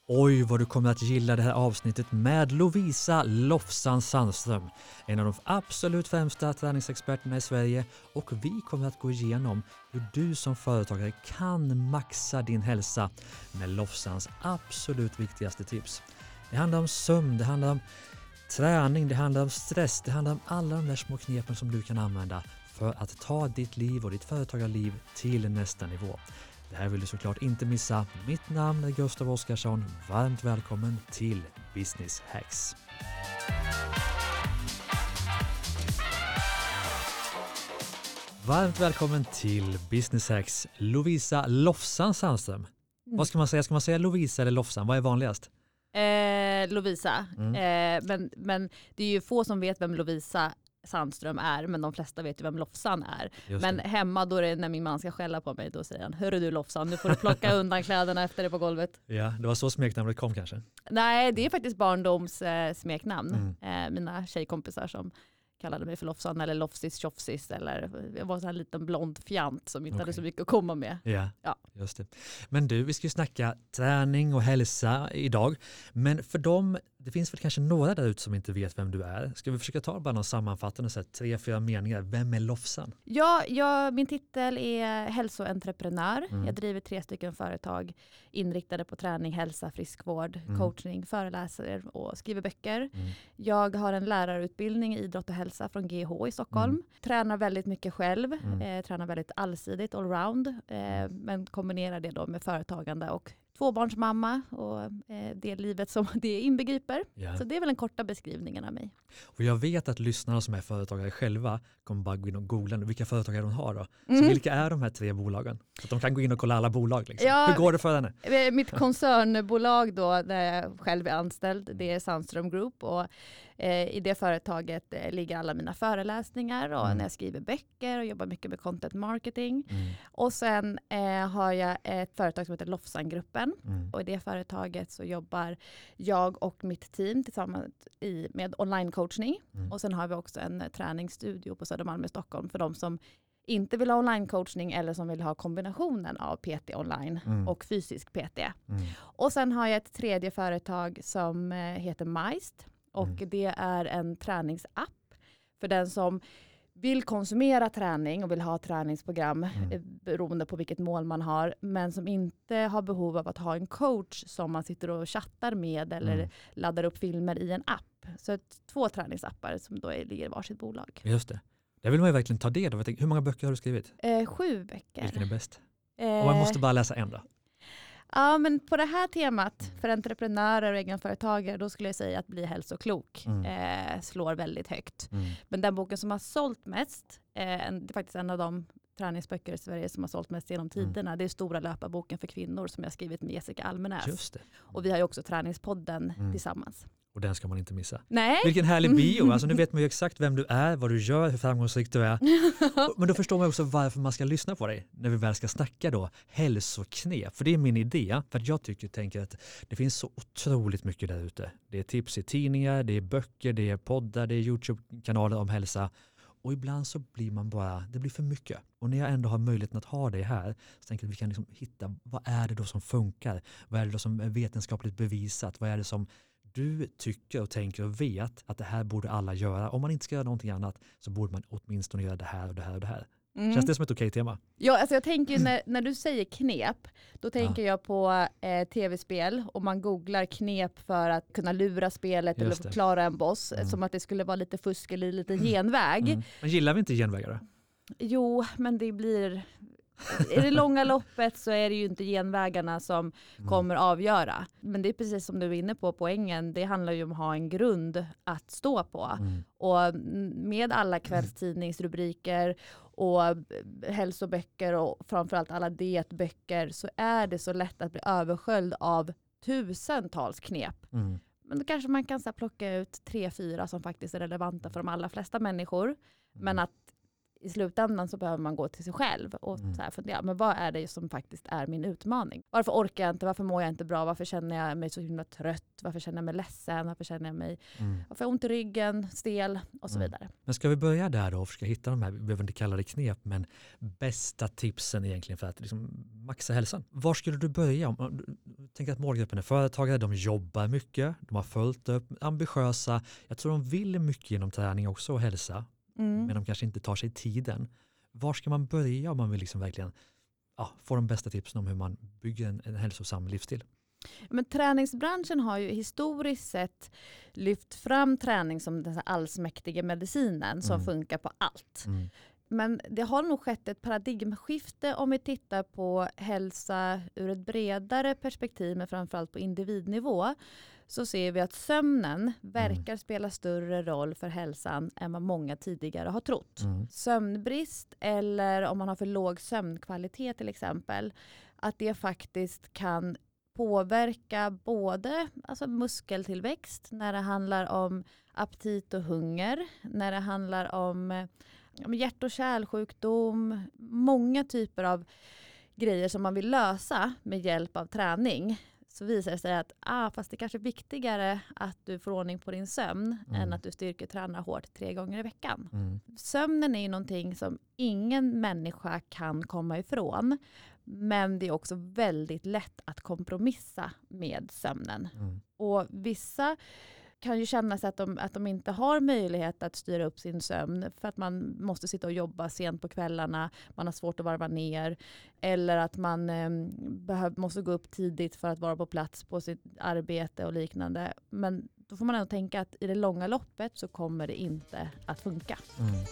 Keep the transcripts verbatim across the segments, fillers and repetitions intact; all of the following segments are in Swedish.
Oj, vad du kommer att gilla det här avsnittet med Lovisa Lofsan Sandström, en av de absolut främsta träningsexperterna i Sverige, och vi kommer att gå igenom hur du som företagare kan maxa din hälsa med Lofsans absolut viktigaste tips. Det handlar om sömn, det handlar om träning, det handlar om stress, det handlar om alla de där små knepen som du kan använda för att ta ditt liv och ditt företagarliv till nästa nivå. Det här vill du såklart inte missa. Mitt namn är Gustav Oskarsson. Varmt välkommen till Business Hacks. Varmt välkommen till Business Hacks, Lovisa Lofsan Sandström. Mm. Vad ska man säga? Ska man säga Lovisa eller Lofsan? Vad är vanligast? Eh, Lovisa. Mm. Eh, men, men det är ju få som vet vem Lovisa Sandström är, men de flesta vet ju vem Lofsan är. Men hemma då är det när min man ska skälla på mig, då säger han: hörru du Lofsan, nu får du plocka undan kläderna efter det på golvet. Ja, det var så smeknamnet kom kanske? Nej, det är faktiskt barndoms eh, smeknamn. Mm. Eh, mina tjejkompisar som kallade mig för Lofsan eller Lofsis Tjofsis, eller jag var så här en liten blond fjant som inte okay. hade så mycket att komma med. Ja, ja, just det. Men du, vi ska ju snacka träning och hälsa idag. Men för dem, det finns väl kanske några där ute som inte vet vem du är. Ska vi försöka ta bara någon sammanfattande, så här, tre, fyra meningar. Vem är Lofsan? Ja, jag, min titel är hälsoentreprenör. Mm. Jag driver tre stycken företag inriktade på träning, hälsa, friskvård, mm. coachning, föreläser och skriver böcker. Mm. Jag har en lärarutbildning i idrott och hälsa från G H i Stockholm. Mm. Tränar väldigt mycket själv. Mm. Eh, tränar väldigt allsidigt, allround. Eh, men kombinerar det då med företagande och tvåbarnsmamma och eh, det livet som det inbegriper. Yeah. Så det är väl den korta beskrivningen av mig. Och jag vet att lyssnarna som är företagare själva kommer bara gå in och googla vilka företagare de har då. Så mm. vilka är de här tre bolagen? Så att de kan gå in och kolla alla bolag. Liksom. Ja, hur går det för henne? Mitt koncernbolag då, där jag själv är anställd, det är Sandström Group, och eh, i det företaget eh, ligger alla mina föreläsningar och mm. när jag skriver böcker och jobbar mycket med content marketing. Mm. Och sen eh, har jag ett företag som heter Lofsangruppen. Mm. Och i det företaget så jobbar jag och mitt team tillsammans i, med online-coachning. Mm. Och sen har vi också en träningsstudio på Södermalm i Stockholm för de som inte vill ha online-coachning eller som vill ha kombinationen av P T online mm. och fysisk P T. Mm. Och sen har jag ett tredje företag som heter Majst. Och mm. det är en träningsapp för den som vill konsumera träning och vill ha träningsprogram mm. beroende på vilket mål man har, men som inte har behov av att ha en coach som man sitter och chattar med eller mm. laddar upp filmer i en app. Så ett, två träningsappar som då är, ligger i varsitt bolag. Just det. Det vill man ju verkligen ta del av. Hur många böcker har du skrivit? Eh, sju böcker. Vilken är bäst? Eh, och man måste bara läsa en då? Ja, men på det här temat för entreprenörer och egenföretagare, då skulle jag säga att Bli hälsoklok mm. eh, slår väldigt högt. Mm. Men den boken som har sålt mest, eh, en, det är faktiskt en av de träningsböcker i Sverige som har sålt mest genom tiderna. Mm. Det är Stora löparboken för kvinnor som jag har skrivit med Jessica Almenäs. Just det. Och vi har ju också Träningspodden mm. tillsammans. Och den ska man inte missa. Nej. Vilken härlig bio. Alltså, nu vet man ju exakt vem du är, vad du gör, hur framgångsrik du är. Men då förstår man också varför man ska lyssna på dig när vi väl ska snacka då hälsoknep. För det är min idé. För att jag tycker tänker att det finns så otroligt mycket där ute. Det är tips i tidningar, det är böcker, det är poddar, det är YouTube-kanaler om hälsa. Och ibland så blir man bara, det blir för mycket. Och när jag ändå har möjligheten att ha det här, så tänker jag att vi kan liksom hitta, vad är det då som funkar? Vad är det då som är vetenskapligt bevisat? Vad är det som du tycker och tänker och vet att det här borde alla göra? Om man inte ska göra någonting annat så borde man åtminstone göra det här och det här och det här. Mm. Känns det som ett okej tema? Ja, alltså jag tänker när, när du säger knep, då tänker ja. jag på eh, tv-spel och man googlar knep för att kunna lura spelet Just eller klara en boss, mm. som att det skulle vara lite fusk eller lite genväg. Mm. Men gillar vi inte genvägar då? Jo, men det blir... I det långa loppet så är det ju inte genvägarna som mm. kommer avgöra. Men det är precis som du är inne på, poängen. Det handlar ju om att ha en grund att stå på. Mm. Och med alla kvällstidningsrubriker och hälsoböcker och framförallt alla dietböcker så är det så lätt att bli översköljd av tusentals knep. Mm. Men då kanske man kan så här, plocka ut tre, fyra som faktiskt är relevanta för de allra flesta människor. Mm. Men att i slutändan så behöver man gå till sig själv och mm. så här fundera, men vad är det som faktiskt är min utmaning? Varför orkar jag inte? Varför mår jag inte bra? Varför känner jag mig så himla trött? Varför känner jag mig ledsen? Varför känner jag mig, mm. varför har jag ont i ryggen, stel och så mm. vidare. Men ska vi börja där då och försöka hitta de här, vi behöver inte kalla det knep, men bästa tipsen egentligen för att liksom maxa hälsan. Var skulle du börja? Om, tänker att målgruppen är företagare, de jobbar mycket, de har följt upp, ambitiösa. Jag tror de vill mycket genom träning också och hälsa, Mm. men de kanske inte tar sig tiden. Var ska man börja om man vill liksom verkligen ja, få de bästa tipsen om hur man bygger en, en hälsosam livsstil? Men träningsbranschen har ju historiskt sett lyft fram träning som den här allsmäktiga medicinen som Mm. funkar på allt. Mm. Men det har nog skett ett paradigmskifte om vi tittar på hälsa ur ett bredare perspektiv, men framförallt på individnivå. Så ser vi att sömnen verkar Mm. spela större roll för hälsan än vad många tidigare har trott. Mm. Sömnbrist eller om man har för låg sömnkvalitet till exempel, att det faktiskt kan påverka både alltså muskeltillväxt när det handlar om aptit och hunger, när det handlar om hjärt- och kärlsjukdom, många typer av grejer som man vill lösa med hjälp av träning. Så visar det sig att ah, fast det kanske är viktigare att du får ordning på din sömn Mm. än att du styrketränar hårt tre gånger i veckan. Mm. Sömnen är ju någonting som ingen människa kan komma ifrån. Men det är också väldigt lätt att kompromissa med sömnen. Mm. Och vissa kan ju känna sig att de, att de inte har möjlighet att styra upp sin sömn för att man måste sitta och jobba sent på kvällarna, man har svårt att varva ner eller att man eh, behöv, måste gå upp tidigt för att vara på plats på sitt arbete och liknande. Men då får man ändå tänka att i det långa loppet så kommer det inte att funka. Mm.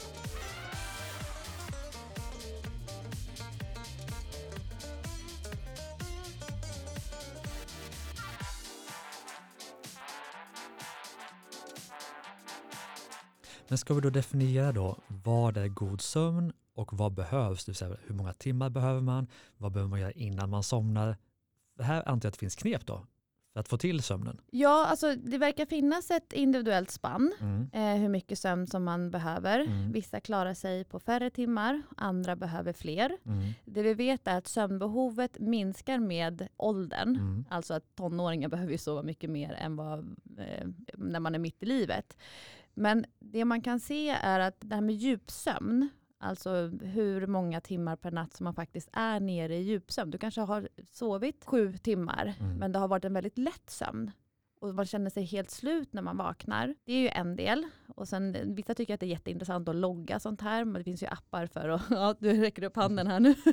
Men ska vi då definiera då vad är god sömn och vad behövs? Det vill säga, hur många timmar behöver man? Vad behöver man göra innan man somnar? Det här antar jag att det finns knep då för att få till sömnen. Ja, alltså det verkar finnas ett individuellt spann. Mm. Eh, hur mycket sömn som man behöver. Mm. Vissa klarar sig på färre timmar, andra behöver fler. Mm. Det vi vet är att sömnbehovet minskar med åldern. Mm. Alltså att tonåringar behöver ju sova mycket mer än vad, eh, när man är mitt i livet. Men det man kan se är att det här med djupsömn, alltså hur många timmar per natt som man faktiskt är nere i djupsömn. Du kanske har sovit sju timmar, Mm. men det har varit en väldigt lätt sömn. Och man känner sig helt slut när man vaknar. Det är ju en del. Och sen, vissa tycker att det är jätteintressant att logga sånt här. Men det finns ju appar för att, ja, du räcker upp handen här nu.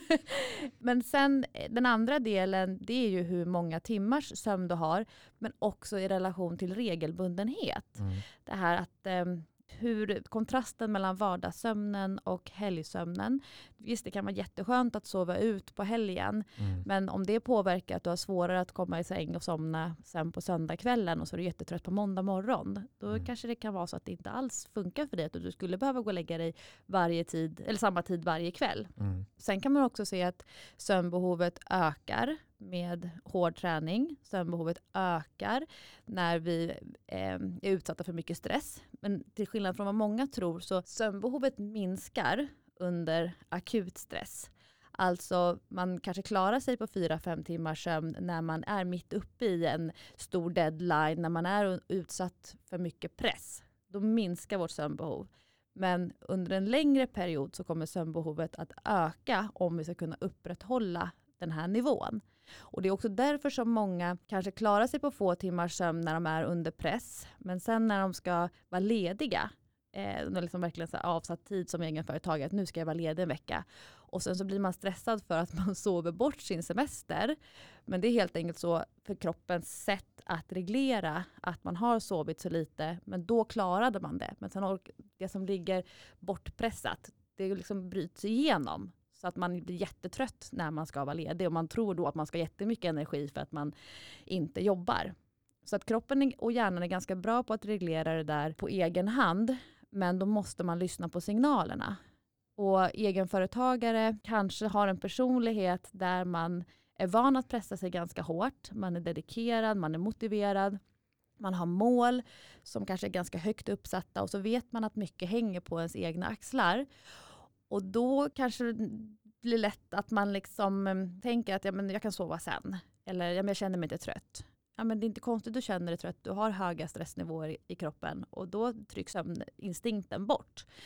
Men sen den andra delen, det är ju hur många timmars sömn du har. Men också i relation till regelbundenhet. Mm. Det här att eh, hur kontrasten mellan vardagssömnen och helgsömnen. Visst, det kan vara jätteskönt att sova ut på helgen. Mm. Men om det påverkar att du har svårare att komma i säng och somna sen på söndagskvällen och så är du jättetrött på måndag morgon. Då Mm. kanske det kan vara så att det inte alls funkar för dig. Att du skulle behöva gå och lägga dig varje tid, eller samma tid varje kväll. Mm. Sen kan man också se att sömnbehovet ökar med hård träning. Sömnbehovet ökar när vi eh, är utsatta för mycket stress. Men till skillnad från vad många tror så sömnbehovet minskar under akut stress. Alltså man kanske klarar sig på fyra fem timmars sömn när man är mitt uppe i en stor deadline, när man är utsatt för mycket press. Då minskar vårt sömnbehov. Men under en längre period så kommer sömnbehovet att öka om vi ska kunna upprätthålla den här nivån. Och det är också därför som många kanske klarar sig på få timmars sömn när de är under press. Men sen när de ska vara lediga, eh, de liksom verkligen så här avsatt tid som egenföretagare, att nu ska jag vara ledig en vecka. Och sen så blir man stressad för att man sover bort sin semester. Men det är helt enkelt så för kroppens sätt att reglera att man har sovit så lite. Men då klarade man det. Men sen det som ligger bortpressat, det liksom bryts igenom. Så att man blir jättetrött när man ska vara ledig. Och man tror då att man ska ha jättemycket energi för att man inte jobbar. Så att kroppen och hjärnan är ganska bra på att reglera det där på egen hand. Men då måste man lyssna på signalerna. Och egenföretagare kanske har en personlighet där man är van att pressa sig ganska hårt. Man är dedikerad, man är motiverad. Man har mål som kanske är ganska högt uppsatta. Och så vet man att mycket hänger på ens egna axlar. Och då kanske det blir lätt att man liksom tänker att ja, men jag kan sova sen. Eller ja, men jag känner mig inte trött. Ja, men det är inte konstigt att du känner dig trött. Du har höga stressnivåer i kroppen. Och då trycks instinkten bort.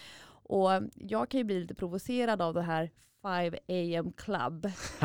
Och jag kan ju bli lite provocerad av det här five a m club.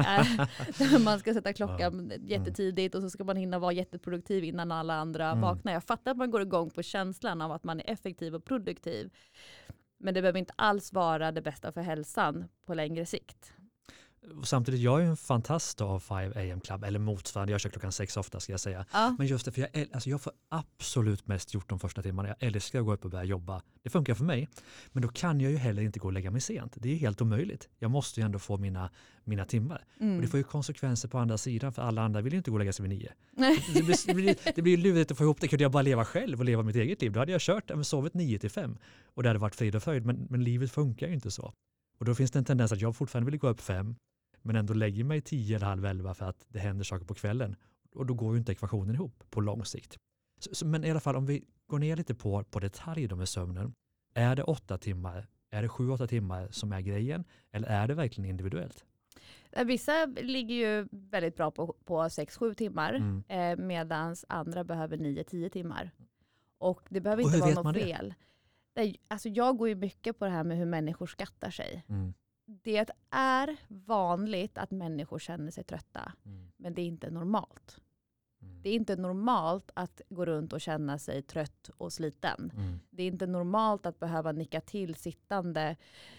Där man ska sätta klockan jättetidigt och så ska man hinna vara jätteproduktiv innan alla andra mm. vaknar. Jag fattar att man går igång på känslan av att man är effektiv och produktiv. Men det behöver inte alls vara det bästa för hälsan på längre sikt. Samtidigt, jag är ju en fantast av five a m club, eller motsvarande, jag kör klockan sex ofta ska jag säga. Ja. Men just det, för jag, alltså jag får absolut mest gjort de första timmarna. Jag älskar att gå upp och börja jobba. Det funkar för mig. Men då kan jag ju heller inte gå och lägga mig sent. Det är ju helt omöjligt. Jag måste ju ändå få mina, mina timmar. Mm. Och det får ju konsekvenser på andra sidan, för alla andra vill ju inte gå och lägga sig vid nio. det, blir, det, blir, det blir ju lurigt att få ihop det. Kunde jag bara leva själv och leva mitt eget liv, då hade jag kört och sovit nio till fem. Och det hade varit frid och fröjd, men, men livet funkar ju inte så. Och då finns det en tendens att jag fortfarande vill gå upp fem, men ändå lägger mig tio eller halv elva för att det händer saker på kvällen. Och då går ju inte ekvationen ihop på lång sikt. Så, så, men i alla fall, om vi går ner lite på, på detalj då med sömnen. Är det åtta timmar, är det sju, åtta timmar som är grejen? Eller är det verkligen individuellt? Vissa ligger ju väldigt bra på, på sex sju timmar. Mm. Eh, medan andra behöver nio tio timmar. Och det behöver inte vara något fel. Det? Alltså jag går ju mycket på det här med hur människor skattar sig. Mm. Det är vanligt att människor känner sig trötta. Mm. Men det är inte normalt. Mm. Det är inte normalt att gå runt och känna sig trött och sliten. Mm. Det är inte normalt att behöva nicka till sittande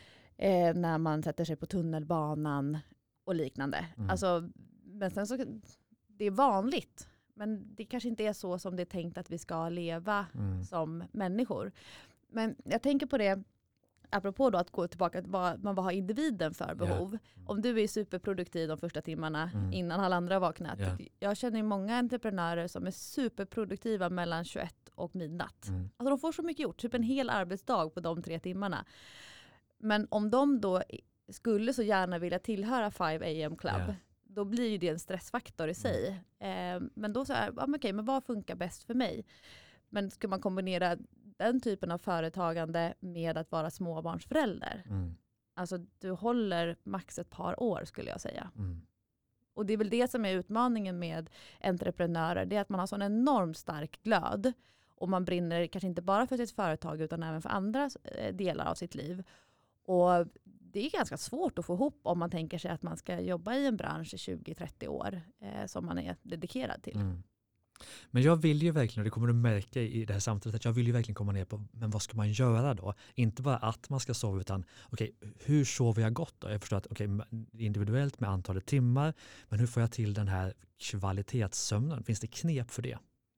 eh, när man sätter sig på tunnelbanan och liknande. Mm. Alltså, men sen så, det är vanligt. Men det kanske inte är så som det är tänkt att vi ska leva mm. som människor. Men jag tänker på det, apropå då att gå tillbaka till vad man vad har individen för behov. Yeah. Om du är superproduktiv de första timmarna mm. innan alla andra har vaknat. Yeah. Jag känner ju många entreprenörer som är superproduktiva mellan tjugoett och midnatt. Mm. Alltså de får så mycket gjort, typ en hel arbetsdag på de tre timmarna. Men om de då skulle så gärna vilja tillhöra five a m club, yeah. då blir ju det en stressfaktor i sig. Mm. Eh, men då så är ja, men okej, men vad funkar bäst för mig? Men ska man kombinera den typen av företagande med att vara småbarnsförälder. Mm. Alltså du håller max ett par år skulle jag säga. Mm. Och det är väl det som är utmaningen med entreprenörer. Det är att man har sån enormt stark glöd. Och man brinner kanske inte bara för sitt företag utan även för andra delar av sitt liv. Och det är ganska svårt att få ihop om man tänker sig att man ska jobba i en bransch i tjugo trettio år eh, som man är dedikerad till. Mm. Men jag vill ju verkligen, och det kommer du märka i det här samtalet, att jag vill ju verkligen komma ner på, men vad ska man göra då? Inte bara att man ska sova, utan okej, okay, hur sover jag gott då? Jag förstår att okej, okay, individuellt med antalet timmar, men hur får jag till den här kvalitetssömnen? Finns det knep för det?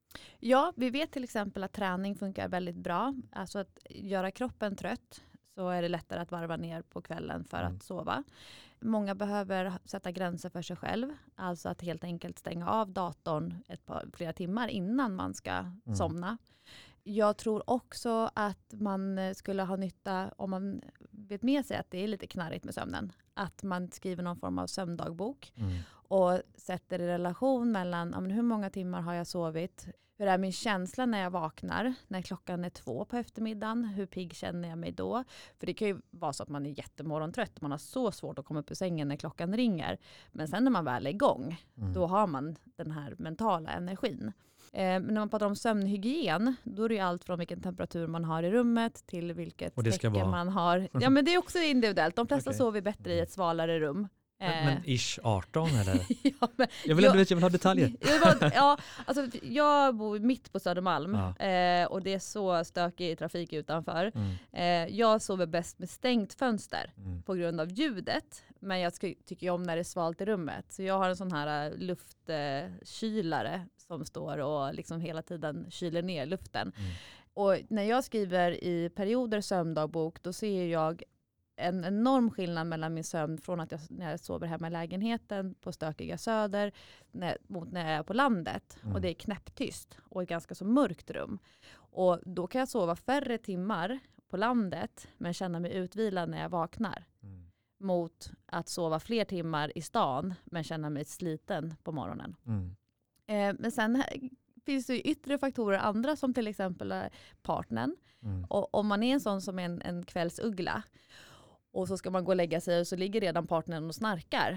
Ja, vi vet till exempel att träning funkar väldigt bra. Alltså att göra kroppen trött, så är det lättare att varva ner på kvällen för mm. att sova. Många behöver sätta gränser för sig själv. Alltså att helt enkelt stänga av datorn ett par, flera timmar innan man ska mm. somna. Jag tror också att man skulle ha nytta, om man vet med sig att det är lite knarrigt med sömnen, att man skriver någon form av sömndagbok mm. och sätter i relation mellan ja, men hur många timmar har jag sovit, hur är min känsla när jag vaknar, när klockan är två på eftermiddagen, hur pigg känner jag mig då? För det kan ju vara så att man är jättemorgontrött, man har så svårt att komma upp ur sängen när klockan ringer. Men sen när man väl är igång, mm. då har man den här mentala energin. Eh, men när man pratar om sömnhygien, då är det ju allt från vilken temperatur man har i rummet till vilket täcke vara... man har. Ja, men det är också individuellt. De flesta okay. sover bättre i ett svalare rum. Men, men ish arton eller? ja, men, jag, vill, jag, vet, jag vill ha detaljer. jag, ja, alltså, jag bor mitt på Södermalm ja. eh, och det är så stökig trafik utanför. Mm. Eh, jag sover bäst med stängt fönster mm. på grund av ljudet. Men jag ska, tycker om när det är svalt i rummet. Så jag har en sån här luftkylare eh, som står och liksom hela tiden kyler ner luften. Mm. Och när jag skriver i perioder sömndagbok, då ser jag en enorm skillnad mellan min sömn från att jag, när jag sover hemma i lägenheten på stökiga söder när, mot när jag är på landet. Mm. Och det är knäpptyst och ett ganska så mörkt rum. Och då kan jag sova färre timmar på landet men känna mig utvilad när jag vaknar. Mm. Mot att sova fler timmar i stan men känna mig sliten på morgonen. Mm. Eh, men sen finns det ju yttre faktorer, andra som till exempel partnern. Mm. Och om man är en sån som en, en kvällsuggla och så ska man gå och lägga sig och så ligger redan partnern och snarkar.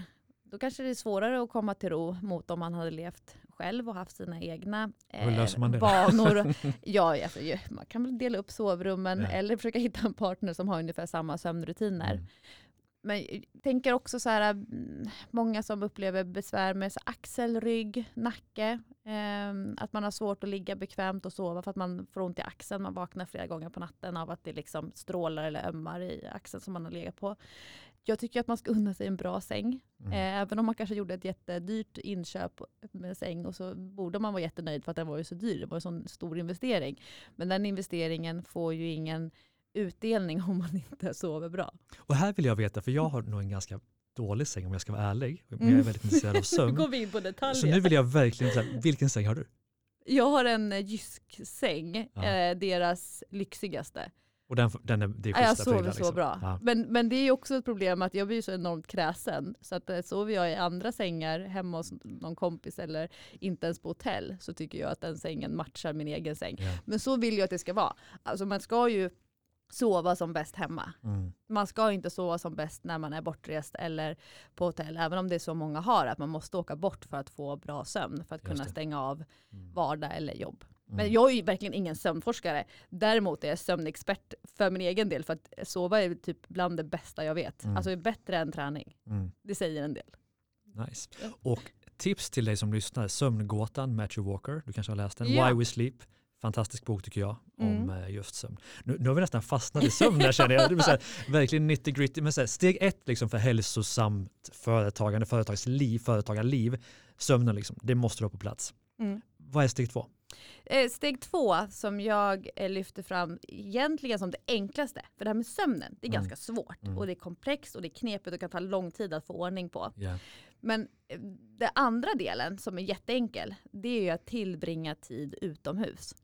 då kanske det är svårare att komma till ro mot om man hade levt själv och haft sina egna eh, man vanor. Ja, alltså, man kan väl dela upp sovrummen ja. eller försöka hitta en partner som har ungefär samma sömnrutiner. Mm. Men jag tänker också så här, många som upplever besvär med så axel, rygg, nacke. Eh, att man har svårt att ligga bekvämt och sova för att man får ont i axeln. Man vaknar flera gånger på natten av att det liksom strålar eller ömmar i axeln som man har legat på. Jag tycker att man ska unna sig en bra säng. Mm. Eh, även om man kanske gjorde ett jättedyrt inköp med säng och så borde man vara jättenöjd för att den var ju så dyr. Det var en sån stor investering. Men den investeringen får ju ingen utdelning om man inte sover bra. Och här vill jag veta, för jag har nog en ganska dålig säng om jag ska vara ärlig. Men Mm. jag är väldigt intresserad av sömn. Nu går vi in på detaljer. Så nu vill jag verkligen säga, vilken säng har du? Jag har en Jysk-säng, Ja. eh, deras lyxigaste. Och den, den är, det är Ja, jag schyssta sover prylar, så liksom. bra. Ja. Men, men det är ju också ett problem att jag blir så enormt kräsen. Så att eh, sover jag i andra sängar hemma hos någon kompis eller inte ens på hotell så tycker jag att den sängen matchar min egen säng. Ja. Men så vill jag att det ska vara. Alltså man ska ju sova som bäst hemma. Mm. Man ska inte sova som bäst när man är bortrest eller på hotell. Även om det är så många har att man måste åka bort för att få bra sömn. För att Just kunna det. stänga av Mm. vardag eller jobb. Mm. Men jag är ju verkligen ingen sömnforskare. Däremot är jag sömnexpert för min egen del. För att sova är typ bland det bästa jag vet. Mm. Alltså bättre än träning. Mm. Det säger en del. Nice. Och tips till dig som lyssnar, Sömngåtan, Matthew Walker. Du kanske har läst den. Ja. Why We Sleep. Fantastisk bok tycker jag om Mm. just sömn. Nu, nu har vi nästan fastnat i sömn där känner jag. Det är så här, verkligen nitty gritty. Men så här, steg ett liksom för hälsosamt företagande, företagsliv, företagarliv. Sömnen liksom, det måste du ha på plats. Mm. Vad är steg två? Eh, Steg två som jag eh, lyfter fram egentligen som det enklaste. För det här med sömnen, det är Mm. ganska svårt. Mm. Och det är komplext och det är knepigt och kan ta lång tid att få ordning på. Yeah. Men eh, den andra delen som är jätteenkel, det är ju att tillbringa tid utomhus.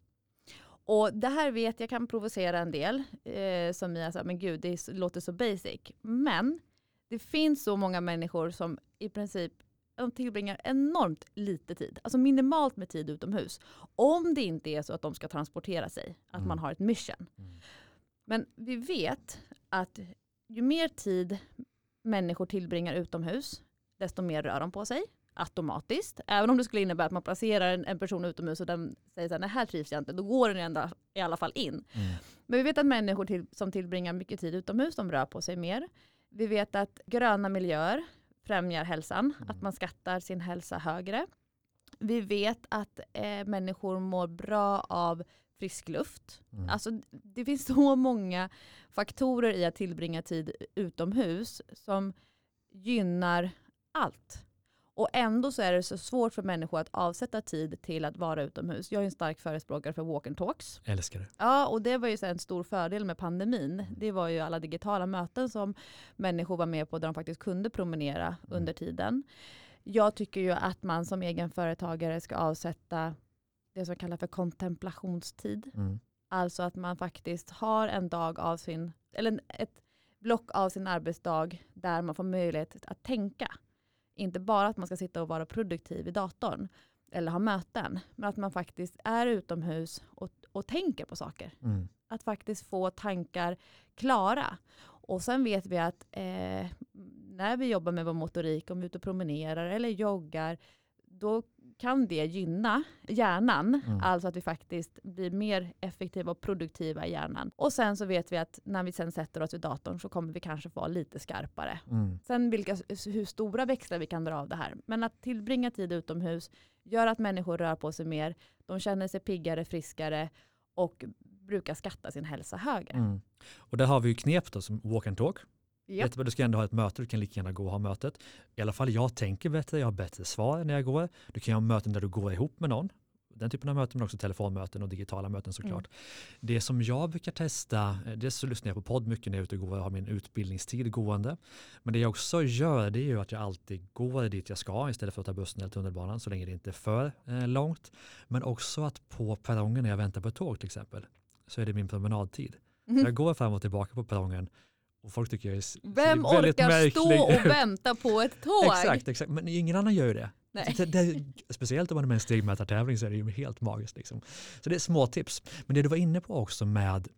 Och det här vet jag kan provocera en del. Eh, som jag sa, men gud det är, låter så basic. Men det finns så många människor som i princip de tillbringar enormt lite tid. Alltså minimalt med tid utomhus. Om det inte är så att de ska transportera sig. Att Mm. man har ett mission. Mm. Men vi vet att ju mer tid människor tillbringar utomhus, desto mer rör de på sig. Automatiskt. Även om det skulle innebära att man placerar en, en person utomhus och den säger så här, nej här trivs jag inte. Då går den ända, i alla fall in. Mm. Men vi vet att människor till, som tillbringar mycket tid utomhus, de rör på sig mer. Vi vet att gröna miljöer främjar hälsan. Mm. Att man skattar sin hälsa högre. Vi vet att eh, människor mår bra av frisk luft. Mm. Alltså, det finns så många faktorer i att tillbringa tid utomhus som gynnar allt. Och ändå så är det så svårt för människor att avsätta tid till att vara utomhus. Jag är en stark förespråkare för walk and talks. Älskar det. Ja, och det var ju så en stor fördel med pandemin. Det var ju alla digitala möten som människor var med på där de faktiskt kunde promenera Mm. under tiden. Jag tycker ju att man som egen företagare ska avsätta det som kallas för kontemplationstid. Mm. Alltså att man faktiskt har en dag av sin, eller ett block av sin arbetsdag där man får möjlighet att tänka. Inte bara att man ska sitta och vara produktiv i datorn eller ha möten, men att man faktiskt är utomhus och, och tänker på saker. Mm. Att faktiskt få tankar klara. Och sen vet vi att eh, när vi jobbar med vår motorik, om vi är ute och promenerar eller joggar, då kan det gynna hjärnan. Mm. Alltså att vi faktiskt blir mer effektiva och produktiva i hjärnan. Och sen så vet vi att när vi sen sätter oss vid datorn så kommer vi kanske få vara lite skarpare. Mm. Sen vilka, hur stora växlar vi kan dra av det här. Men att tillbringa tid utomhus gör att människor rör på sig mer. De känner sig piggare, friskare och brukar skatta sin hälsa högre. Mm. Och där har vi ju knep då som walk and talk. Ja. Vet du, du ska ändå ha ett möte, du kan lika gärna gå och ha mötet. I alla fall jag tänker bättre, jag har bättre svar när jag går. Du kan ha möten där du går ihop med någon. Den typen av möten, men också telefonmöten och digitala möten såklart. Mm. Det som jag brukar testa, det så lyssnar jag på podd mycket när jag är ute och går och har min utbildningstid gående. Men det jag också gör, det är ju att jag alltid går dit jag ska istället för att ta bussen eller tunnelbanan så länge det inte är för eh, långt. Men också att på perrongen när jag väntar på ett tåg till exempel så är det min promenadtid. Mm. Jag går fram och tillbaka på perrongen. Och folk tycker jag är Vem väldigt orkar märklig. stå och vänta på ett tåg? Exakt, exakt. Men ingen annan gör ju det. Nej. Det, det, speciellt om man är med en stigmätartävling så är det ju helt magiskt. Liksom. Så det är små tips. Men det du var inne på också med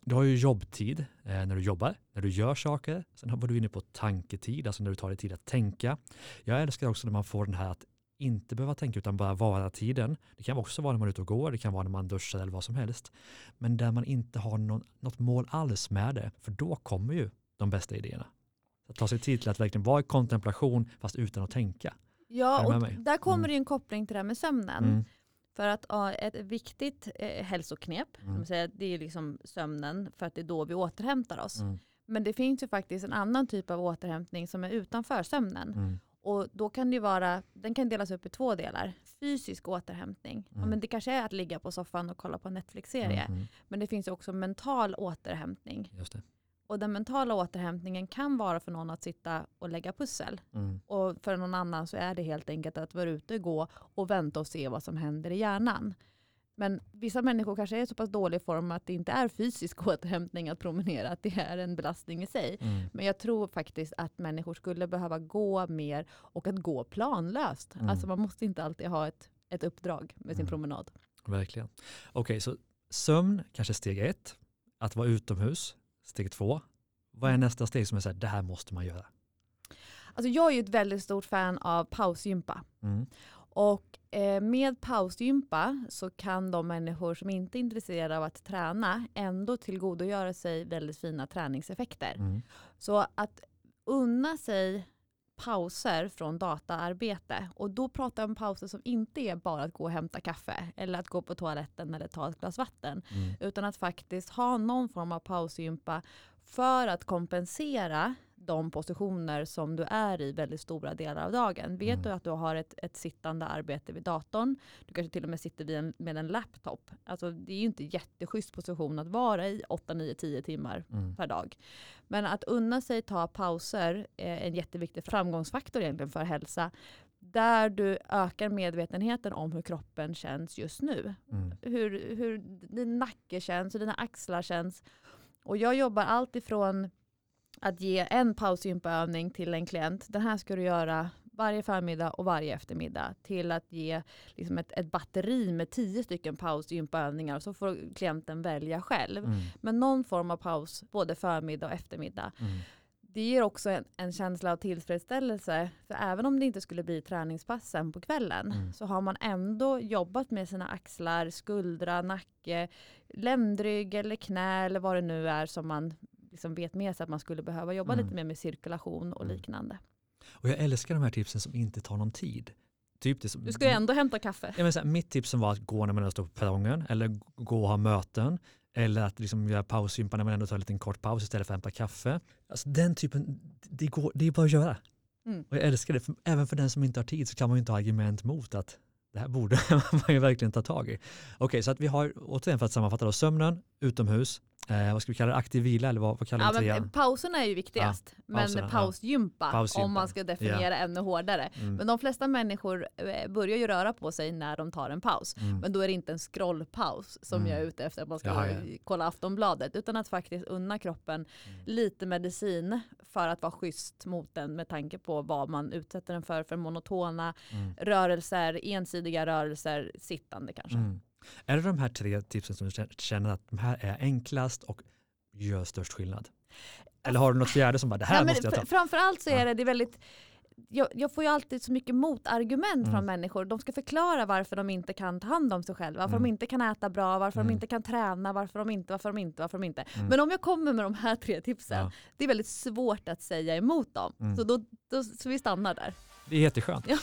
Du har ju jobbtid eh, när du jobbar, när du gör saker. Sen var du inne på tanketid, alltså när du tar dig tid att tänka. Jag älskar också när man får den här att inte behöva tänka utan bara vara tiden. Det kan också vara när man är ute och går, det kan vara när man duschar eller vad som helst. Men där man inte har någon, något mål alls med det, för då kommer ju de bästa idéerna. Att ta sig tid till att verkligen vara i kontemplation fast utan att tänka. Ja, och mig? där kommer Mm. det ju en koppling till det här med sömnen. Mm. För att ja, ett viktigt eh, hälsoknep, Mm. kan man säga, det är liksom sömnen för att det är då vi återhämtar oss. Mm. Men det finns ju faktiskt en annan typ av återhämtning som är utanför sömnen. Mm. Och då kan det ju vara, den kan delas upp i två delar. Fysisk återhämtning. Mm. Ja, men det kanske är att ligga på soffan och kolla på en Netflix-serie. Mm. Men det finns ju också mental återhämtning. Just det. Och den mentala återhämtningen kan vara för någon att sitta och lägga pussel. Mm. Och för någon annan så är det helt enkelt att vara ute och gå och vänta och se vad som händer i hjärnan. Men vissa människor kanske är så pass dålig form att det inte är fysisk återhämtning att promenera, att det är en belastning i sig. Mm. Men jag tror faktiskt att människor skulle behöva gå mer och att gå planlöst. Mm. Alltså man måste inte alltid ha ett, ett uppdrag med sin Mm. promenad. Verkligen. Okej, så sömn kanske steg ett. Att vara utomhus, steg två. Vad är nästa steg som är så här, det här måste man göra? Alltså jag är ju ett väldigt stort fan av pausgympa. Mm. Och eh, med pausgympa så kan de människor som inte är intresserade av att träna ändå tillgodogöra sig väldigt fina träningseffekter. Mm. Så att unna sig pauser från dataarbete, och då pratar jag om pauser som inte är bara att gå och hämta kaffe eller att gå på toaletten eller ta ett glas vatten, Mm. utan att faktiskt ha någon form av pausgympa för att kompensera de positioner som du är i väldigt stora delar av dagen. Vet Mm. du att du har ett, ett sittande arbete vid datorn, du kanske till och med sitter vid en, med en laptop. Alltså det är ju inte jätteschysst position att vara i åtta, nio, tio timmar Mm. per dag. Men att unna sig ta pauser är en jätteviktig framgångsfaktor egentligen för hälsa. Där du ökar medvetenheten om hur kroppen känns just nu. Mm. Hur, hur din nacke känns, hur dina axlar känns. Och jag jobbar allt ifrån att ge en pausgympaövning till en klient. Den här ska du göra varje förmiddag och varje eftermiddag. Till att ge liksom ett, ett batteri med tio stycken pausgympaövningar. Så får klienten välja själv. Mm. Men någon form av paus både förmiddag och eftermiddag. Mm. Det ger också en, en känsla av tillfredsställelse. För även om det inte skulle bli träningspassen på kvällen. Mm. Så har man ändå jobbat med sina axlar, skuldra, nacke, ländrygg eller knä eller vad det nu är som man liksom vet med sig att man skulle behöva jobba Mm. lite mer med cirkulation och Mm. liknande. Och jag älskar de här tipsen som inte tar någon tid. Typ det som, Du ska ju ändå hämta kaffe. jag menar så här, mitt tips som var att gå när man står på perrongen eller gå och ha möten eller att liksom göra pausgympa när man ändå tar en liten kort paus istället för att hämta kaffe. Alltså den typen, det, går, det är bara att göra. Mm. Och jag älskar det. För, även för den som inte har tid så kan man ju inte ha argument mot att det här borde man ju verkligen ta tag i. Okej, så att vi har återigen för att sammanfatta då, sömnen, utomhus, eh, vad ska vi kalla det, aktiv vila eller vad, vad kallar Ja, vi det men igen? pauserna är ju viktigast. men pauserna, ja. pausgympa, Pausgympa. om man ska definiera ännu hårdare. Mm. Men de flesta människor eh, börjar ju röra på sig när de tar en paus. Mm. Men då är det inte en scrollpaus som Mm. jag är ute efter att man ska Jaha, ja. kolla Aftonbladet. Utan att faktiskt unna kroppen Mm. lite medicin för att vara schysst mot den med tanke på vad man utsätter den för. För monotona Mm. rörelser, ensidiga rörelser, sittande kanske. Mm. Är det de här tre tipsen som du känner att de här är enklast och gör störst skillnad? Eller har du något fjärde som bara, det här Ja, men måste jag ta? f- framförallt så är Ja. det, det är väldigt... Jag, jag får ju alltid så mycket motargument Mm. från människor. De ska förklara varför de inte kan ta hand om sig själva. Varför Mm. de inte kan äta bra, varför Mm. de inte kan träna, varför de inte, varför de inte, varför de inte. Mm. Men om jag kommer med de här tre tipsen, Ja. det är väldigt svårt att säga emot dem. Mm. Så, då, då, så vi stannar där. Det är jätteskönt. Ja.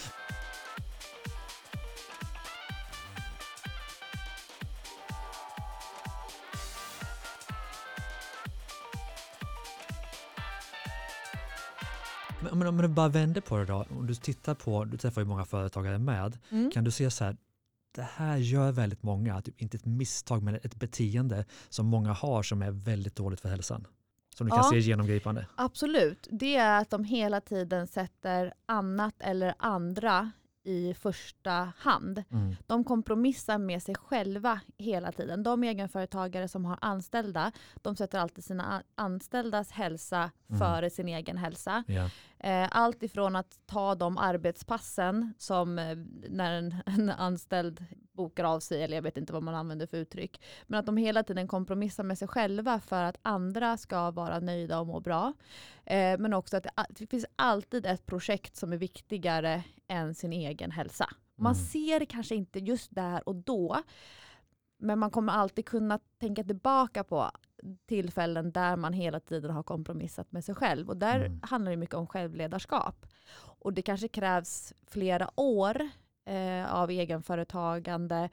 Men, men om du bara vänder på det då, om du tittar på, du träffar ju många företagare med, Mm. kan du se så här, det här gör väldigt många, typ inte ett misstag men ett beteende som många har som är väldigt dåligt för hälsan. Som du kan Ja. se genomgripande. Absolut. Det är att de hela tiden sätter annat eller andra i första hand. Mm. De kompromissar med sig själva hela tiden. De egenföretagare som har anställda, de sätter alltid sina a- anställdas hälsa Mm. före sin egen hälsa. Ja. Eh, allt ifrån att ta de arbetspassen som eh, när en, en anställd bokar av sig, eller jag vet inte vad man använder för uttryck. Men att de hela tiden kompromissar med sig själva för att andra ska vara nöjda och må bra. Eh, men också att det, det finns alltid ett projekt som är viktigare än sin egen hälsa. Man Mm. ser det kanske inte just där och då, men man kommer alltid kunna tänka tillbaka på tillfällen där man hela tiden har kompromissat med sig själv. Och där Mm. handlar det mycket om självledarskap. Och det kanske krävs flera år eh, av egenföretagande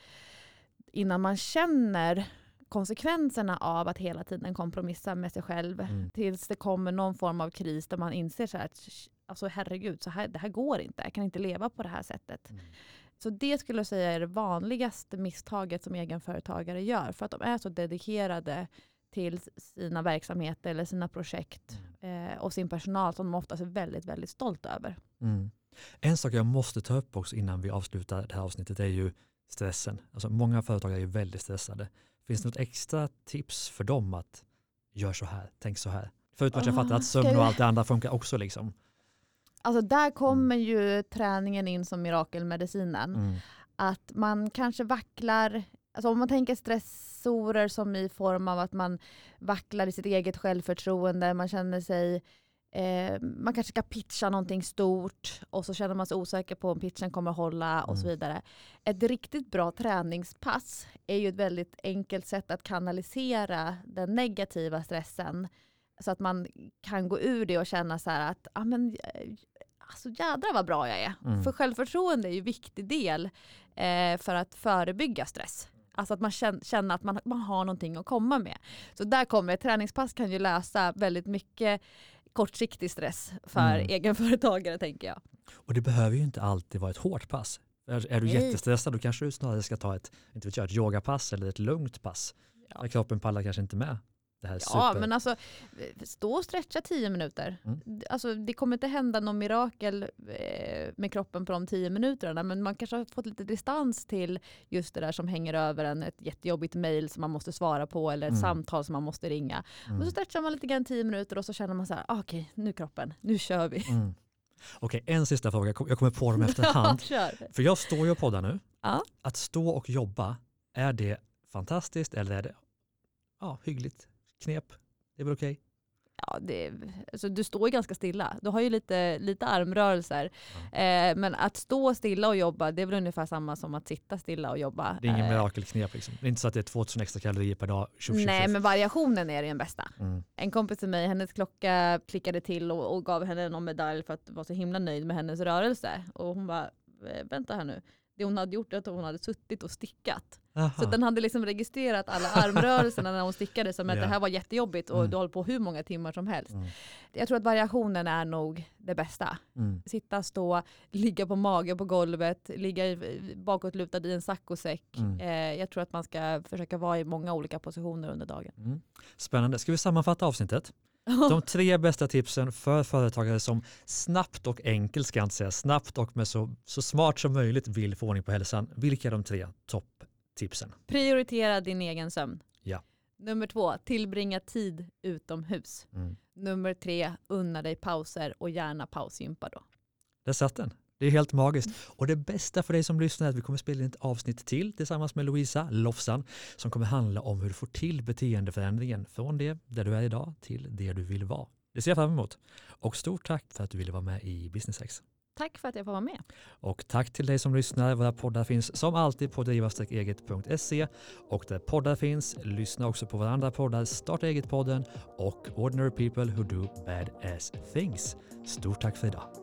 innan man känner konsekvenserna av att hela tiden kompromissa med sig själv. Mm. Tills det kommer någon form av kris där man inser så här, att alltså, herregud, så här, det här går inte. Jag kan inte leva på det här sättet. Mm. Så det skulle jag säga är det vanligaste misstaget som egenföretagare gör. För att de är så dedikerade till sina verksamheter eller sina projekt eh, och sin personal som de ofta är väldigt, väldigt stolt över. Mm. En sak jag måste ta upp också innan vi avslutar det här avsnittet är ju stressen. Alltså många företagare är ju väldigt stressade. Finns det något extra tips för dem att göra så här, tänk så här? Förutom att jag fattar att sömn och allt det andra funkar också liksom. Alltså där kommer ju träningen in som mirakelmedicinen. Mm. Att man kanske vacklar, alltså om man tänker stressorer som i form av att man vacklar i sitt eget självförtroende, man känner sig, eh, man kanske ska pitcha någonting stort och så känner man sig osäker på om pitchen kommer hålla och så Mm. vidare. Ett riktigt bra träningspass är ju ett väldigt enkelt sätt att kanalisera den negativa stressen så att man kan gå ur det och känna så här att ah, men, alltså jädra vad bra jag är. Mm. För självförtroende är ju en viktig del eh, för att förebygga stress. Alltså att man känner att man, man har någonting att komma med. Så där kommer ett träningspass kan ju lösa väldigt mycket kortsiktig stress för Mm. egenföretagare, tänker jag. Och det behöver ju inte alltid vara ett hårt pass. Är, är du Nej. jättestressad då kanske du snarare ska ta ett, inte vet jag, ett yogapass eller ett lugnt pass. Ja. Där kroppen pallar kanske inte med. Det här Ja, super... men alltså stå och stretcha tio minuter. Mm. Alltså, det kommer inte hända någon mirakel eh, med kroppen på de tio minuterna, men man kanske har fått lite distans till just det där som hänger över en, ett jättejobbigt mejl som man måste svara på eller ett Mm. samtal som man måste ringa. Mm. Och så stretchar man lite grann tio minuter och så känner man så här, ah, okej, nu kroppen, nu kör vi. Mm. Okej, en sista fråga. Jag kommer på dem efterhand. Kör. För jag står ju och poddar nu. Ja. Att stå och jobba, är det fantastiskt eller är det ja, hyggligt? Knep? Det är väl okej? Ja, det, alltså, du står ju ganska stilla. Du har ju lite, lite armrörelser. Ja. Eh, men att stå stilla och jobba, det är väl ungefär samma som att sitta stilla och jobba. Det är ingen Eh, mirakelknep liksom. Det är inte så att det är tvåtusen extra kalorier per dag. Tjuff, tjuff, Nej, tjuff. men variationen är den bästa. Mm. En kompis till mig, hennes klocka klickade till och, och gav henne någon medalj för att vara så himla nöjd med hennes rörelse. Och hon bara, "Eh, vänta här nu. Det hon hade gjort är att hon hade suttit och stickat. Aha. Så den hade liksom registrerat alla armrörelserna när hon stickade som att Ja. det här var jättejobbigt och Mm. du håller på hur många timmar som helst. Mm. Jag tror att variationen är nog det bästa. Mm. Sitta, stå, ligga på mage på golvet, ligga i- bakåtlutad i en saccosäck. Mm. Eh, jag tror att man ska försöka vara i många olika positioner under dagen. Mm. Spännande. Ska vi sammanfatta avsnittet? De tre bästa tipsen för företagare som snabbt och enkelt, ska jag inte säga snabbt och med så, så smart som möjligt vill få ordning på hälsan. Vilka är de tre topptipsen? Prioritera din egen sömn. Ja. Nummer två, tillbringa tid utomhus. Mm. Nummer tre, unna dig pauser och gärna pausgympa då. Där satt den. Det är helt magiskt. Och det bästa för dig som lyssnar är att vi kommer spela in ett avsnitt till tillsammans med Louisa Lofsan som kommer handla om hur du får till beteendeförändringen från det där du är idag till det du vill vara. Det ser jag fram emot. Och stort tack för att du ville vara med i Business X. Tack för att jag får vara med. Och tack till dig som lyssnar. Våra poddar finns som alltid på driva eget punkt se och där poddar finns, lyssna också på våra andra poddar, Starta eget-podden och Ordinary People Who Do Badass Things. Stort tack för idag.